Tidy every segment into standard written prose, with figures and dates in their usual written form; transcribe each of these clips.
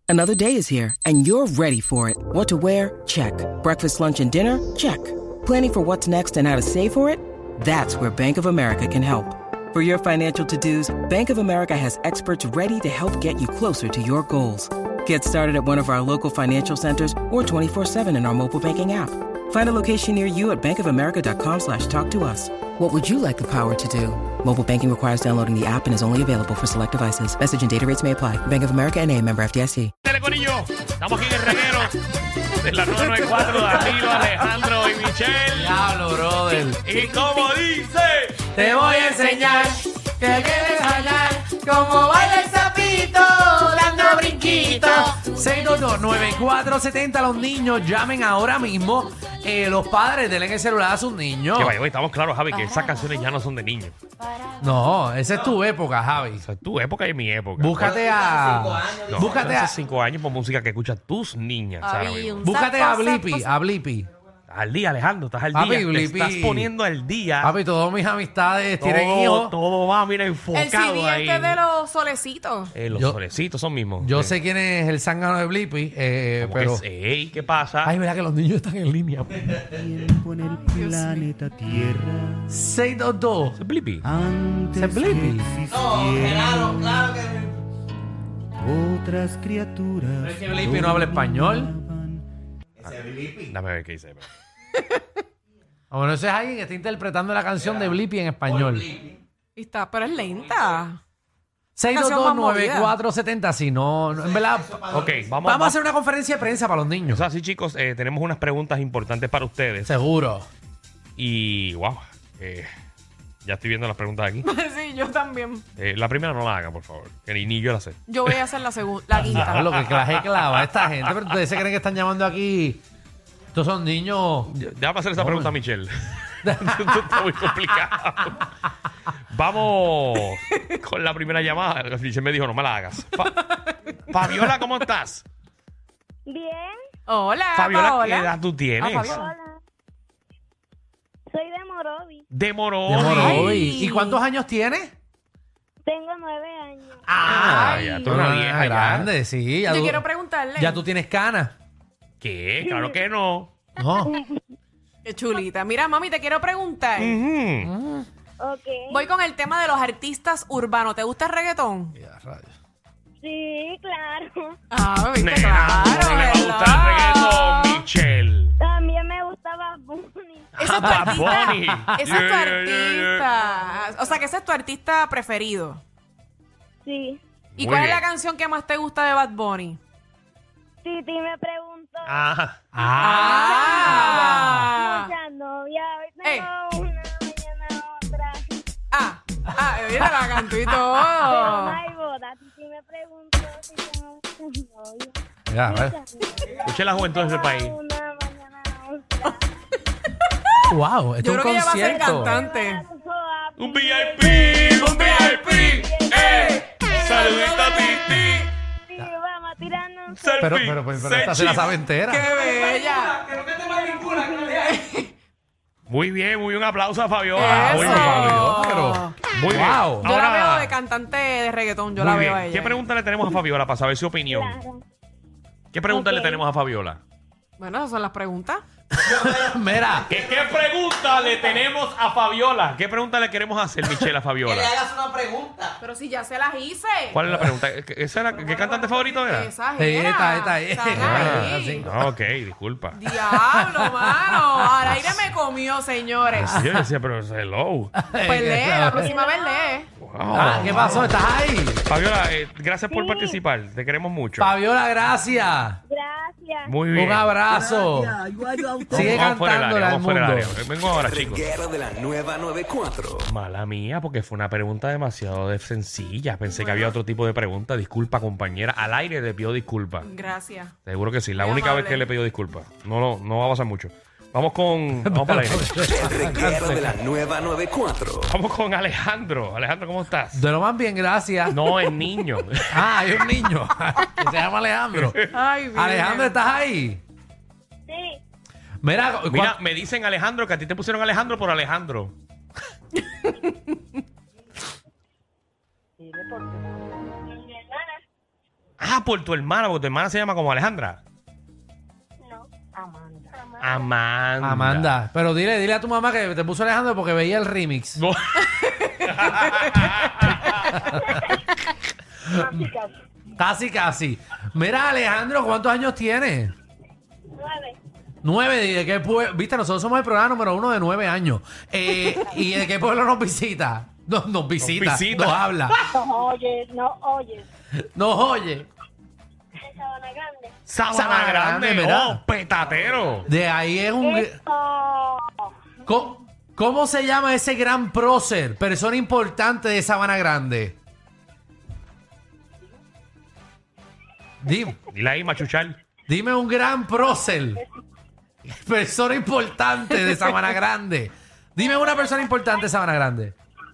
Another day is here, and you're ready for it. What to wear? Check. Breakfast, lunch, and dinner? Check. Planning for what's next and how to save for it? That's where Bank of America can help. For your financial to-dos, Bank of America has experts ready to help get you closer to your goals. Get started at one of our local financial centers or 24/7 in our mobile banking app. Find a location near you at bankofamerica.com/talktous. What would you like the power to do? Mobile banking requires downloading the app and is only available for select devices. Message and data rates may apply. Bank of America N.A., member FDIC. Corillo, estamos aquí en el reguero de la 994, Danilo, Alejandro y Michelle. Diablo, brother. Y como dice, Te voy a enseñar que quieres hallar cómo baila el sapito dando brinquitos. 622-9470. Los niños llamen ahora mismo. Los padres denle el celular a sus niños. que vaya, estamos claros, Javi, que esas canciones ya no son de niños. No, esa es tu época, Javi. O sea, tu época y mi época. Búscate a... No, Búscate hace a... 5 años por música que escuchan tus niñas. ahora mismo. Búscate a Blippi, a Blippi. Estás al día, Alejandro, estás al Papi, día. Te Blippi. estás poniendo al día. Papi, todas mis amistades tienen hijos. Todo va, mira, El enfocado CD ahí. este de los solecitos. Los Yo- solecitos son mismos. Yo sé quién es el zángano de Blippi, pero... Ey, ¿qué pasa? Ay, verdad que los niños están en línea. Tiempo en el planeta Tierra 622. ¿Es Blippi? antes ¿Se Blippi? que existieran otras criaturas. Pero es que Blippi no habla español. Dame ver qué dice. Ah, bueno, ese es alguien que está interpretando la canción de Blippi en español. Y está, pero es lenta. 622-9470. Si no, en verdad, Ok, vamos a hacer una conferencia de prensa para los O niños. sea, sí, chicos, tenemos unas preguntas importantes para ustedes. Seguro. Y, wow, ya estoy viendo las preguntas aquí. Sí, yo también. La primera no la hagan, por favor, que ni yo la sé. Yo voy a hacer la segunda, la quinta. Lo que clase clava esta gente. Pero ustedes se creen que están llamando aquí. Estos son niños. Déjame hacer esa pregunta a Michelle. Esto está muy complicado. Vamos con la primera llamada. Michelle me dijo, no me la hagas. Fabiola, ¿cómo estás? Bien, Hola, Fabiola, Paola. ¿qué edad tú tienes? Fabiola. hola. Soy de Morovi. De Morovi. De Morovi. Ay. ¿Y cuántos años tienes? Tengo 9 años. Ah, ya tú eres una vieja ya. grande, sí. Ya Yo tú, quiero preguntarle. ya tú tienes canas. ¿Qué? Claro que no. No. Qué chulita. Mira, mami, te quiero preguntar. Ujú. Ok. Voy con el tema de los artistas urbanos. ¿Te gusta el reggaetón? Ya, rayos. Sí, claro. Ah, viste, Nena, claro, ¿cómo le va a gustar el ¿verdad? reggaetón, Michelle? También me gustaba Bunny. Ese es tu Bad artista. Bunny. Ese es tu artista. O sea, que ese es tu artista preferido. Sí. ¿Y Muy cuál es bien. la canción que más te gusta de Bad Bunny? Titi me preguntó. Ajá. Ah. Muchas novias. Hoy Ey. tengo una, mañana otra. Mira, la cantó y Pero todo. no hay boda. Titi me preguntó si tengo muchas novias. Ya, rayos. Muchas novias. Escuché la juventud de ese país. Una, mañana otra. Wow, esto Yo es creo un que ella va a ser concierto. cantante. Un VIP, un VIP. Saludito a Titi. Sí, vamos a tirarnos. Pero esta se la sabe entera. ¡Qué bella! Muy bien, un aplauso a Fabiola. Eso. Muy bien. Fabiola, pero- Muy bien. Wow. Yo la veo de cantante de reggaetón. Yo muy la bien. veo a ella. ¿Qué pregunta le tenemos a Fabiola para saber su opinión? Claro. ¿Qué pregunta Ok. le tenemos a Fabiola? Bueno, esas son las preguntas. Mira, ¿Qué pregunta le tenemos a Fabiola? ¿Qué pregunta le queremos hacer, Michelle, a Fabiola? hagas una pregunta. Pero si ya se las hice. ¿Cuál es la pregunta? ¿Esa era, ¿qué cantante favorito era? Esa Sí, era. esta ahí. Están Ah, ahí. sí. Ah, ok, disculpa. Diablo, mano. Al aire me comió, señores. Yo decía, pero hello. Pues lee, la próxima vez lee. Wow. Ah, ¿qué pasó? ¿Estás ahí? Fabiola, gracias por participar. Te queremos mucho. Fabiola, gracias. Gracias. Muy bien. Un abrazo. Sigue Vamos fuera del cantándole área, al vamos fuera mundo. del área. Vengo ahora, chicos. Reguero de la nueva 94. Mala mía, porque fue una pregunta demasiado sencilla. Pensé que había otro tipo de pregunta. Disculpa, compañera. Al aire le pido disculpas. Gracias. Seguro que sí. La Muy única amable. vez que le pido disculpas. No va a pasar mucho. Vamos para el aire. El reguero de la nueva 94. Vamos con Alejandro. Alejandro, ¿cómo estás? De lo más bien, gracias. No, es niño. Ah, hay un niño que se llama Alejandro. Ay, bien. Alejandro, ¿estás ahí? Sí. Mira, Mira, me dicen Alejandro que a ti te pusieron Alejandro por Alejandro. Mi hermana. Ah, por tu hermana, porque tu hermana se llama como Alejandra. No, Amanda. Amanda. Amanda. Pero dile a tu mamá que te puso Alejandro porque veía el remix. No. Casi. Mira, Alejandro, ¿cuántos años tienes? 9. 9. ¿De qué pueblo? Viste, nosotros somos el programa número 1 de 9 años. ¿Y de qué pueblo nos visita? Nos visita. Nos habla. No oyes. Nos oye. De Sabana Grande. Sabana Grande, ¿verdad? oh, petatero. De ahí es un... Esto. ¿Cómo se llama ese gran prócer, persona importante de Sabana Grande? Dile ahí, machuchal. Dime un gran prócer, persona importante de Sabana Grande. Dime una persona importante de Sabana Grande.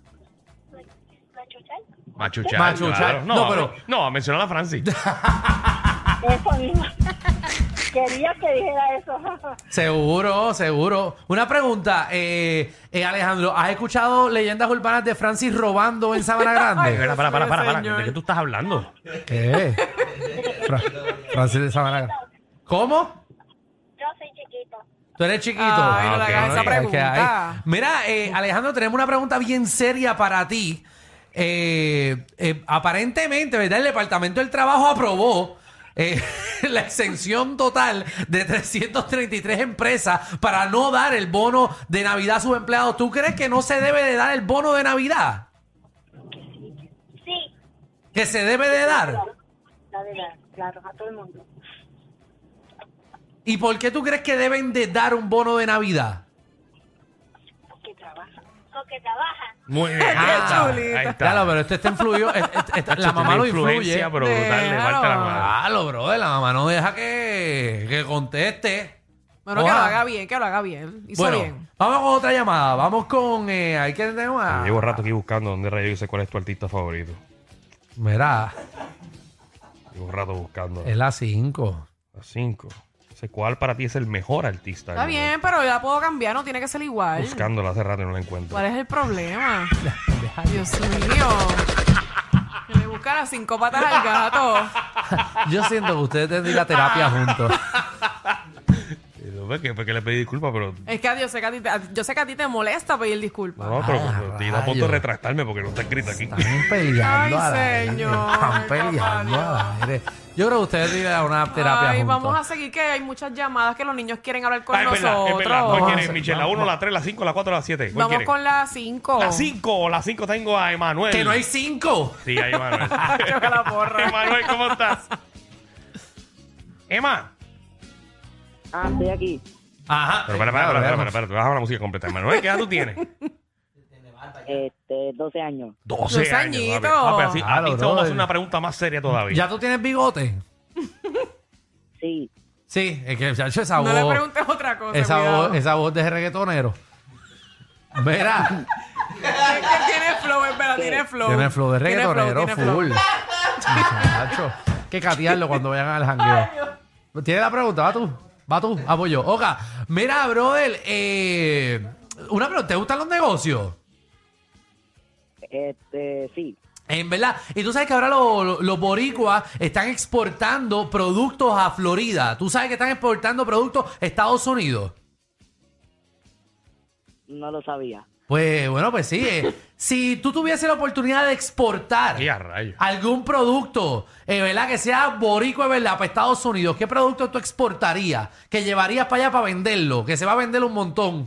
¿Machuchal? Machuchal. Machuchal. Claro. No, pero- No, mencionó a la Francis. Eso mismo. Quería que dijera eso. Seguro. Una pregunta, Alejandro, ¿has escuchado leyendas urbanas de Francis robando en Sabana Grande? Espera, para. señor. ¿De qué tú estás hablando? ¿Qué? Francis de Sabana Grande. ¿Cómo? Yo soy chiquito. Tú eres chiquito. Ay, no le ok, hagas esa ok. pregunta. Mira, Alejandro, tenemos una pregunta bien seria para ti. Aparentemente, ¿verdad? El Departamento del Trabajo aprobó la exención total de 333 empresas para no dar el bono de Navidad a sus empleados. ¿Tú crees que no se debe de dar el bono de Navidad? Sí. ¿Que se debe de dar? La verdad, claro, a todo el mundo. ¿Y por qué tú crees que deben de dar un bono de Navidad? Porque trabajan. Muy bien. Ah, Ahí está. Claro, pero esto está influido. La mamá lo influye. influencia, pero brutal, le falta la mano. Claro, bro, la mamá no deja que conteste. Bueno, Ojalá. que lo haga bien. Hizo Bueno, bien. vamos con otra llamada. Vamos con... ¿hay que tenemos a... Llevo rato aquí buscando dónde rayos dice cuál es tu artista favorito. Mira, Llevo rato buscando. es la 5. A 5. ¿Cuál para ti es el mejor artista? Está bien, pero yo la puedo cambiar, no tiene que ser igual. Buscándola hace rato y no la encuentro. ¿Cuál es el problema? Dios mío. Que le busca las 5 patas al gato. Yo siento que ustedes tendrían la terapia juntos. Porque le pedí disculpas, pero... Es que yo sé que a ti te molesta pedir disculpas. No, pero Ah, estoy a punto de rayos. retractarme porque no está escrito aquí. Están peleando Ay, al aire. señor, Están peleando al aire. Yo creo que ustedes tendrían una terapia Ay, juntos. vamos a seguir que hay muchas llamadas que los niños quieren hablar con Ah, es verdad, nosotros. es verdad. ¿Cuál Vamos a quieres, hacer- Michelle? ¿La 1, la 3, la 5, la 4, la 7? ¿Cuál Vamos quieres? con la 5. La 5. La 5 tengo a Emanuel. Que no hay 5. Sí, hay Emanuel. Choca la porra. Emanuel, ¿cómo estás? Emma. Ah, estoy aquí. Ajá. Pero espera. Tú vas a la música completa. Emanuel, ¿qué edad tú tienes? 12 años. 12 12 años. añitos. Pero así, Claro, a ti te vamos a brother. hacer una pregunta más seria todavía. ¿Ya tú tienes bigote? Sí. Sí, es que chacho, esa No le voz... preguntes otra cosa. Esa cuidado. voz, esa voz de reggaetonero. Mira, Es que tiene flow, es verdad, tiene flow. tiene flow de Tiene flow, reggaetonero tiene flow. full. Muchacho, que catearlo cuando vayan al jangueo. ¿Tiene la pregunta? Va tú, apoyo. Oga, mira, brother, una pregunta, ¿te gustan los negocios? Sí. En verdad, y tú sabes que ahora los boricuas están exportando productos a Florida. Tú sabes que están exportando productos a Estados Unidos. No lo sabía. Pues bueno, pues sí. Si tú tuvieses la oportunidad de exportar ¡Qué a rayos! algún producto, ¿verdad? Que sea boricua, ¿verdad? Para Estados Unidos, ¿qué producto tú exportarías? Que llevarías para allá para venderlo, que se va a vender un montón.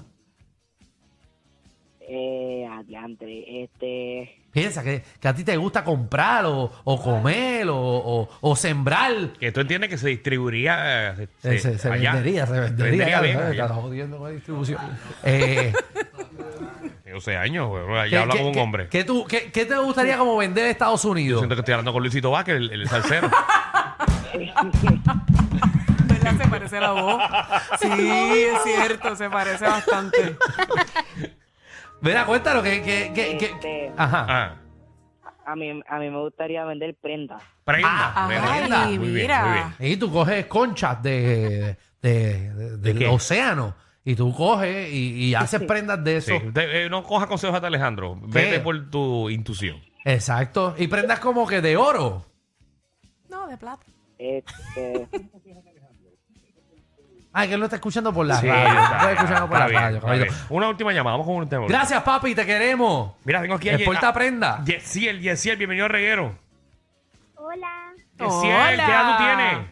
Adiantre, Piensa que a ti te gusta comprar o comer o sembrar. Que tú entiendes que se distribuiría Se allá. vendería. bien. ¿sabes? allá. Estás jodiendo con la distribución. 12 años, güey. Ya habla como un hombre. ¿Qué te gustaría como vender en Estados Yo Unidos? siento que estoy hablando con Luisito Vázquez, el salsero. ¿Verdad? Se parece la voz. Sí, es cierto, se parece bastante. Mira, cuéntanos que... Ajá. Ah, a mí me gustaría vender prendas. prenda. Ay, prenda. Ay, Muy bien, mira. muy bien. Y tú coges conchas del qué? océano y tú coges y haces prendas de eso. Sí. No cojas consejos de Alejandro. Vete por tu intuición. Exacto. Y prendas como que de oro. No, de plata. Ay, que él lo está escuchando por la Sí, radio. Lo está está escuchando por la bien, radio, está caballito. bien. Una última llamada, vamos con un tema. Gracias, papi, te queremos. Mira, tengo aquí a Exporta prenda. Yesiel, bienvenido a Reguero. Hola, Yesiel, Hola. ¿qué edad tú tienes?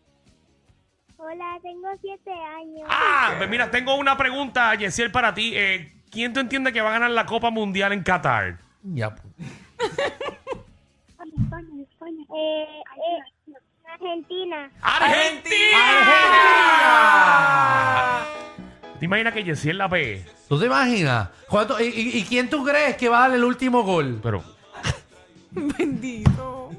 hola, tengo 7 años. Ah, pues mira, tengo una pregunta, Yesiel, para ti. ¿Quién tú entiendes que va a ganar la Copa Mundial en Qatar? Ya. Argentina. ¡Argentina! ¿Te imaginas que Yesiel la pegue? ¿Tú te imaginas? ¿Y quién tú crees que va a dar el último gol? Pero... Bendito.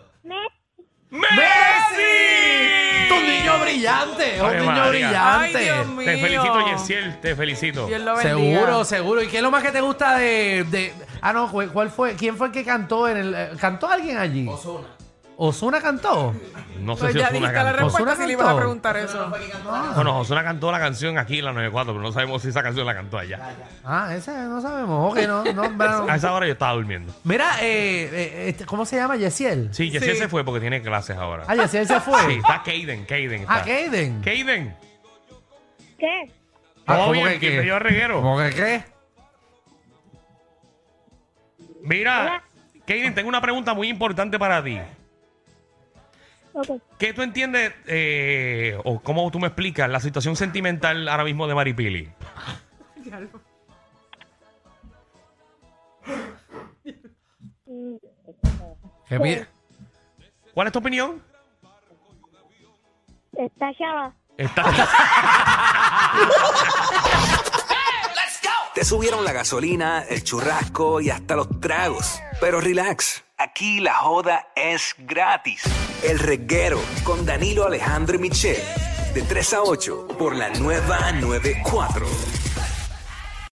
¡Messi! ¡Tu niño brillante! ¡Es un Ave niño María. brillante! Ay, Dios mío. Te felicito, Yesiel, te felicito. Dios lo bendiga. Seguro, seguro. ¿Y qué es lo más que te gusta de... Ah, no, ¿cuál fue? ¿Quién fue el que cantó en el... ¿Cantó alguien allí? ¿Ozuna cantó? No sé Pues si ya Ozuna dijiste la cantó. respuesta ¿Ozuna si le ibas a cantó? preguntar eso. Bueno, Ozuna cantó la canción aquí en la 94, pero no sabemos si esa canción la cantó allá. Ah, ese no sabemos. Ok, no. A esa hora yo estaba durmiendo. Mira, ¿cómo se llama? Yesiel. Sí, Yesiel Sí. se fue porque tiene clases ahora. Ah, Yesiel se fue. Sí, está Kaden está. Ah, Kaden. Kaden. ¿Qué? Ah, ¿Todo ¿cómo bien? que qué? Bienvenido a Reguero. ¿Cómo que qué? Mira, Kaden, tengo una pregunta muy importante para ti. Ok. ¿Qué tú entiendes o cómo tú me explicas la situación sentimental ahora mismo de Maripili? Que mira. ¿Cuál es tu opinión? Está chava. Te subieron la gasolina, el churrasco y hasta los tragos. Pero relax, aquí la joda es gratis. El Reguero con Danilo Alejandro y Michelle. De 3 a 8 por la nueva 94.